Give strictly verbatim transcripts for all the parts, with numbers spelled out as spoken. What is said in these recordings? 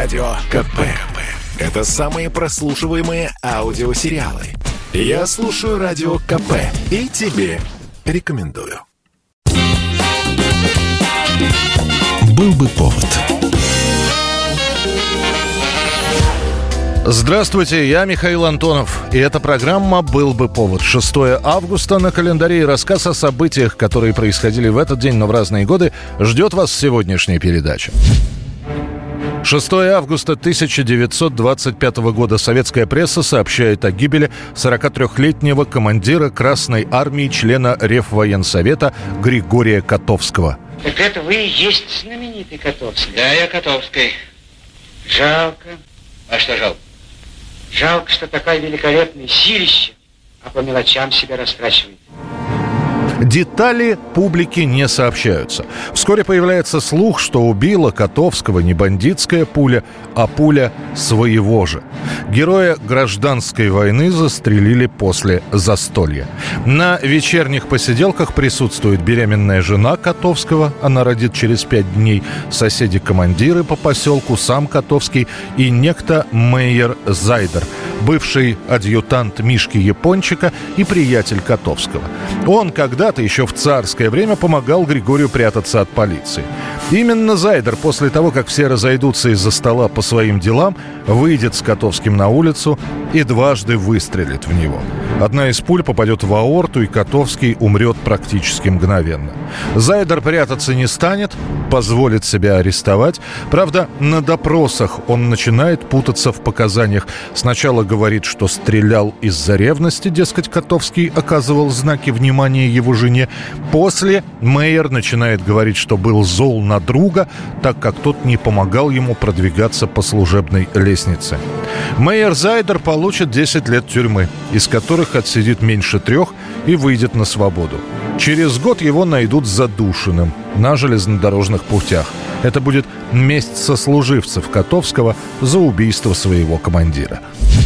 Радио КП. Это самые прослушиваемые аудиосериалы. Я слушаю Радио КП и тебе рекомендую. Был бы повод. Здравствуйте, я Михаил Антонов, и эта программа «Был бы повод». шестое августа на календаре, и рассказ о событиях, которые происходили в этот день, но в разные годы, ждет вас в сегодняшней передаче. шестое августа тысяча девятьсот двадцать пятого года советская пресса сообщает о гибели сорокатрёхлетнего командира Красной армии, члена Реввоенсовета Григория Котовского. Так это вы и есть знаменитый Котовский? Да, я Котовский. Жалко. А что жалко? Жалко, что такая великолепная силища, а по мелочам себя растрачивает. Детали публике не сообщаются. Вскоре появляется слух, что убила Котовского не бандитская пуля, а пуля своего же. Героя гражданской войны застрелили после застолья. На вечерних посиделках присутствует беременная жена Котовского, она родит через пять дней, соседи-командиры по поселку, сам Котовский и некто Мейер Зайдер, бывший адъютант Мишки Япончика и приятель Котовского. Он когда-то еще в царское время помогал Григорию прятаться от полиции. Именно Зайдер после того, как все разойдутся из-за стола по своим делам, выйдет с Котовским на улицу и дважды выстрелит в него. Одна из пуль попадет в аорту, и Котовский умрет практически мгновенно. Зайдер прятаться не станет, позволит себя арестовать. Правда, на допросах он начинает путаться в показаниях. Сначала говорит, что стрелял из-за ревности, дескать, Котовский оказывал знаки внимания его жене. После Мейер начинает говорить, что был зол на друга, так как тот не помогал ему продвигаться по служебной лестнице. Мейер Зайдер получит десять лет тюрьмы, из которых отсидит меньше трех и выйдет на свободу. Через год его найдут задушенным на железнодорожных путях. Это будет месть сослуживцев Котовского за убийство своего командира.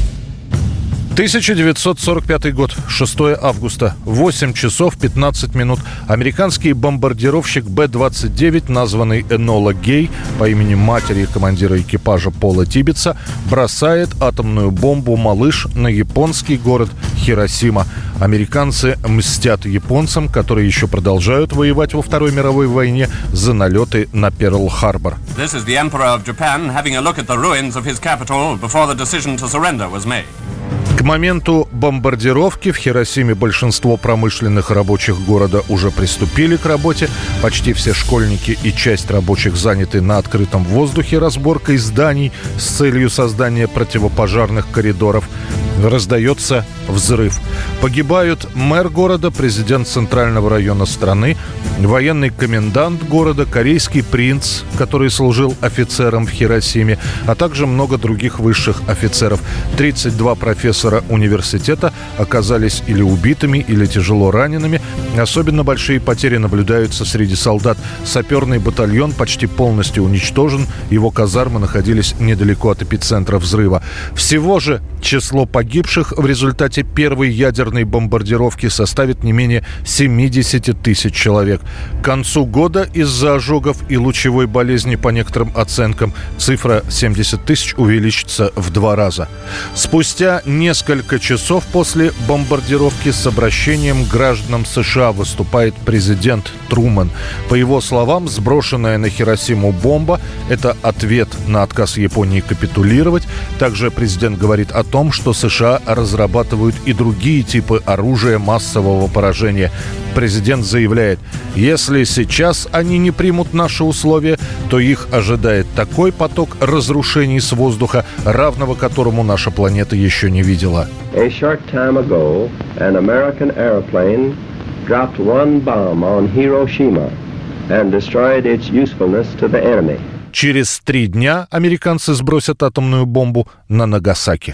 тысяча девятьсот сорок пятый год, шестое августа, восемь часов пятнадцать минут. Американский бомбардировщик Бэ двадцать девять, названный Энола Гей по имени матери командира экипажа Пола Тибетса, бросает атомную бомбу «Малыш» на японский город Хиросима. Американцы мстят японцам, которые еще продолжают воевать во Второй мировой войне, за налеты на Перл-Харбор. This is the Emperor of Japan having a look at the ruins of his capital before the decision to surrender was made. К моменту бомбардировки в Хиросиме большинство промышленных рабочих города уже приступили к работе. Почти все школьники и часть рабочих заняты на открытом воздухе разборкой зданий с целью создания противопожарных коридоров. Раздается взрыв. Погибают мэр города, президент центрального района страны, военный комендант города, корейский принц, который служил офицером в Хиросиме, а также много других высших офицеров. тридцать два профессора университета оказались или убитыми, или тяжело ранеными. Особенно большие потери наблюдаются среди солдат. Саперный батальон почти полностью уничтожен. Его казармы находились недалеко от эпицентра взрыва. Всего же число погибших в результате первой ядерной бомбардировки составит не менее семьдесят тысяч человек. К концу года из-за ожогов и лучевой болезни, по некоторым оценкам, цифра семьдесят тысяч увеличится в два раза. Спустя несколько часов после бомбардировки с обращением к гражданам США выступает президент Трумэн. По его словам, сброшенная на Хиросиму бомба – это ответ на отказ Японии капитулировать. Также президент говорит о том, что США разрабатывают и другие типы оружия массового поражения. Президент заявляет: если сейчас они не примут наши условия, то их ожидает такой поток разрушений с воздуха, равного которому наша планета еще не видела. A short time ago, an American airplane dropped one bomb on Hiroshima and destroyed its usefulness to the enemy. Через три дня американцы сбросят атомную бомбу на Нагасаки.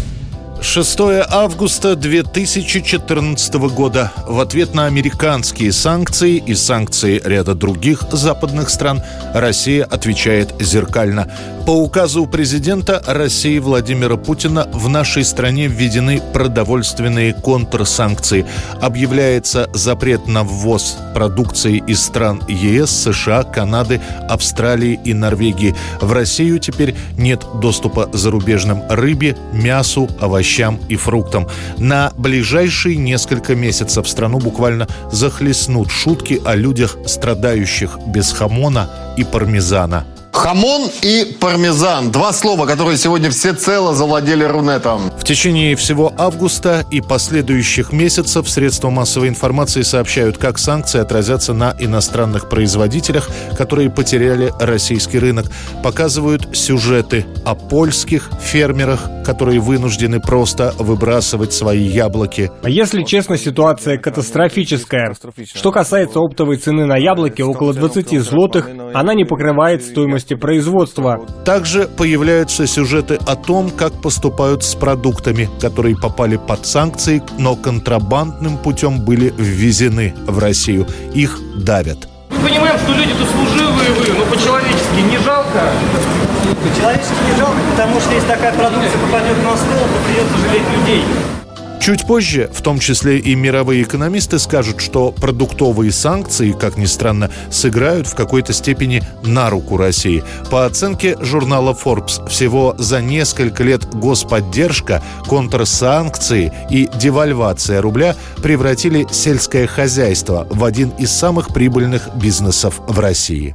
шестое августа две тысячи четырнадцатого года. В ответ на американские санкции и санкции ряда других западных стран Россия отвечает зеркально. По указу президента России Владимира Путина в нашей стране введены продовольственные контрсанкции. Объявляется запрет на ввоз продукции из стран ЕС, США, Канады, Австралии и Норвегии. В Россию теперь нет доступа зарубежным рыбе, мясу, овощам и фруктам. На ближайшие несколько месяцев страну буквально захлестнут шутки о людях, страдающих без хамона и пармезана. Хамон и пармезан. Два слова, которые сегодня всецело завладели Рунетом. В течение всего августа и последующих месяцев средства массовой информации сообщают, как санкции отразятся на иностранных производителях, которые потеряли российский рынок. Показывают сюжеты о польских фермерах, которые вынуждены просто выбрасывать свои яблоки. Если честно, ситуация катастрофическая. Что касается оптовой цены на яблоки, около двадцати злотых, она не покрывает стоимость производства. Также появляются сюжеты о том, как поступают с продуктами, которые попали под санкции, но контрабандным путем были ввезены в Россию. Их давят. Мы понимаем, что люди-то служивые вы, но по-человечески не жалко? По-человечески не жалко, потому что если такая продукция попадет на стол, то придется жалеть людей. Чуть позже, в том числе и мировые экономисты, скажут, что продуктовые санкции, как ни странно, сыграют в какой-то степени на руку России. По оценке журнала Forbes, всего за несколько лет господдержка, контрсанкции и девальвация рубля превратили сельское хозяйство в один из самых прибыльных бизнесов в России.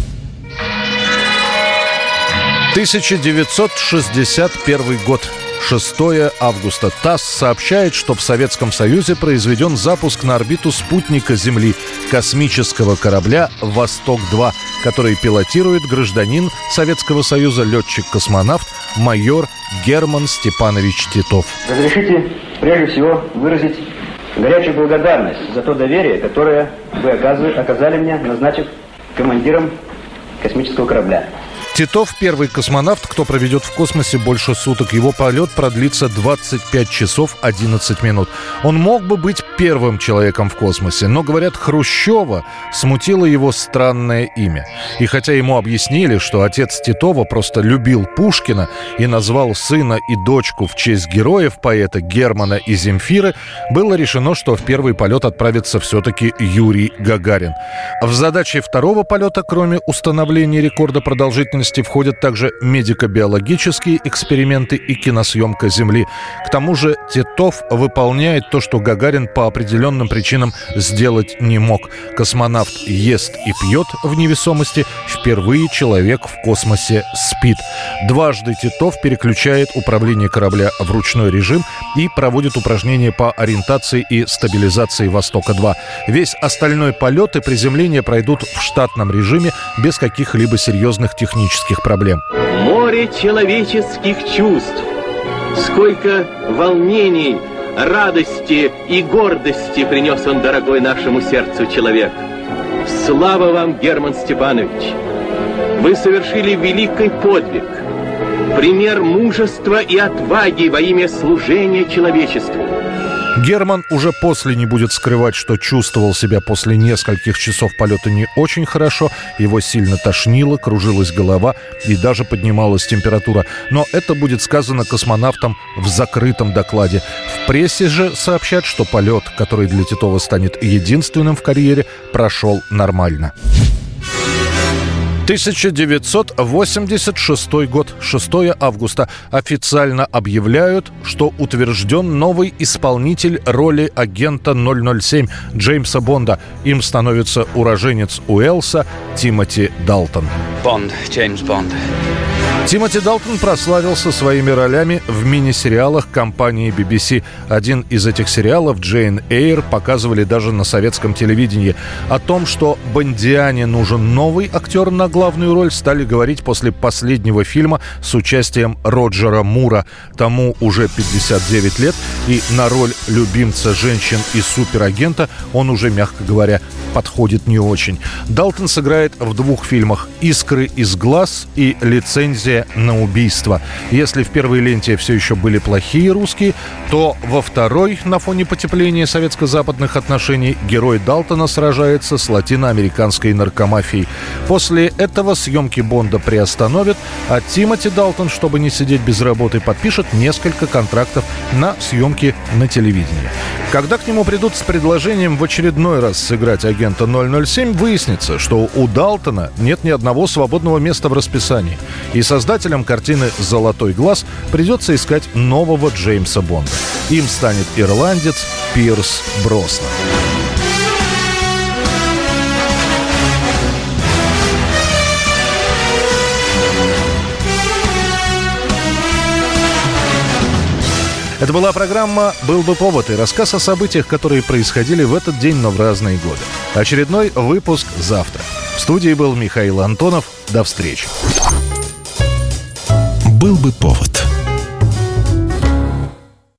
тысяча девятьсот шестьдесят первый год. шестого августа. ТАСС сообщает, что в Советском Союзе произведен запуск на орбиту спутника Земли космического корабля «Восток-два», который пилотирует гражданин Советского Союза, летчик-космонавт, майор Герман Степанович Титов. Разрешите прежде всего выразить горячую благодарность за то доверие, которое вы оказали мне, назначив командиром космического корабля. Титов – первый космонавт, кто проведет в космосе больше суток. Его полет продлится двадцать пять часов одиннадцать минут. Он мог бы быть первым человеком в космосе, но, говорят, Хрущева смутило его странное имя. И хотя ему объяснили, что отец Титова просто любил Пушкина и назвал сына и дочку в честь героев поэта Германа и Земфиры, было решено, что в первый полет отправится все-таки Юрий Гагарин. В задачи второго полета, кроме установления рекорда продолжительности, входят также медико-биологические эксперименты и киносъемка Земли. К тому же Титов выполняет то, что Гагарин по определенным причинам сделать не мог. Космонавт ест и пьет в невесомости. Впервые человек в космосе спит. Дважды Титов переключает управление корабля в ручной режим и проводит упражнения по ориентации и стабилизации «Востока-два». Весь остальной полет и приземление пройдут в штатном режиме без каких-либо серьезных технических проблем. Море человеческих чувств. Сколько волнений, радости и гордости принес он, дорогой нашему сердцу, человек. Слава вам, Герман Степанович! Вы совершили великий подвиг, пример мужества и отваги во имя служения человечеству. Герман уже после не будет скрывать, что чувствовал себя после нескольких часов полета не очень хорошо. Его сильно тошнило, кружилась голова и даже поднималась температура. Но это будет сказано космонавтам в закрытом докладе. В прессе же сообщат, что полет, который для Титова станет единственным в карьере, прошел нормально. тысяча девятьсот восемьдесят шестой год, шестого августа. Официально объявляют, что утвержден новый исполнитель роли агента ноль ноль семь Джеймса Бонда. Им становится уроженец Уэльса Тимоти Далтон. Бонд, Джеймс Бонд. Тимоти Далтон прославился своими ролями в мини-сериалах компании би би си. Один из этих сериалов, «Джейн Эйр», показывали даже на советском телевидении. О том, что Бондиане нужен новый актер на главную роль, стали говорить после последнего фильма с участием Роджера Мура. Тому уже пятьдесят девять лет, и на роль любимца женщин и суперагента он уже, мягко говоря, подходит не очень. Далтон сыграет в двух фильмах «Искры из глаз» и «Лицензия претензия на убийство. Если в первой ленте все еще были плохие русские, то во второй, на фоне потепления советско-западных отношений, герой Далтона сражается с латиноамериканской наркомафией. После этого съемки Бонда приостановят, а Тимоти Далтон, чтобы не сидеть без работы, подпишет несколько контрактов на съемки на телевидении. Когда к нему придут с предложением в очередной раз сыграть агента ноль ноль семь, выяснится, что у Далтона нет ни одного свободного места в расписании. И создателям картины «Золотой глаз» придется искать нового Джеймса Бонда. Им станет ирландец Пирс Броснан. Это была программа «Был бы повод» и рассказ о событиях, которые происходили в этот день, но в разные годы. Очередной выпуск завтра. В студии был Михаил Антонов. До встречи. «Был бы повод».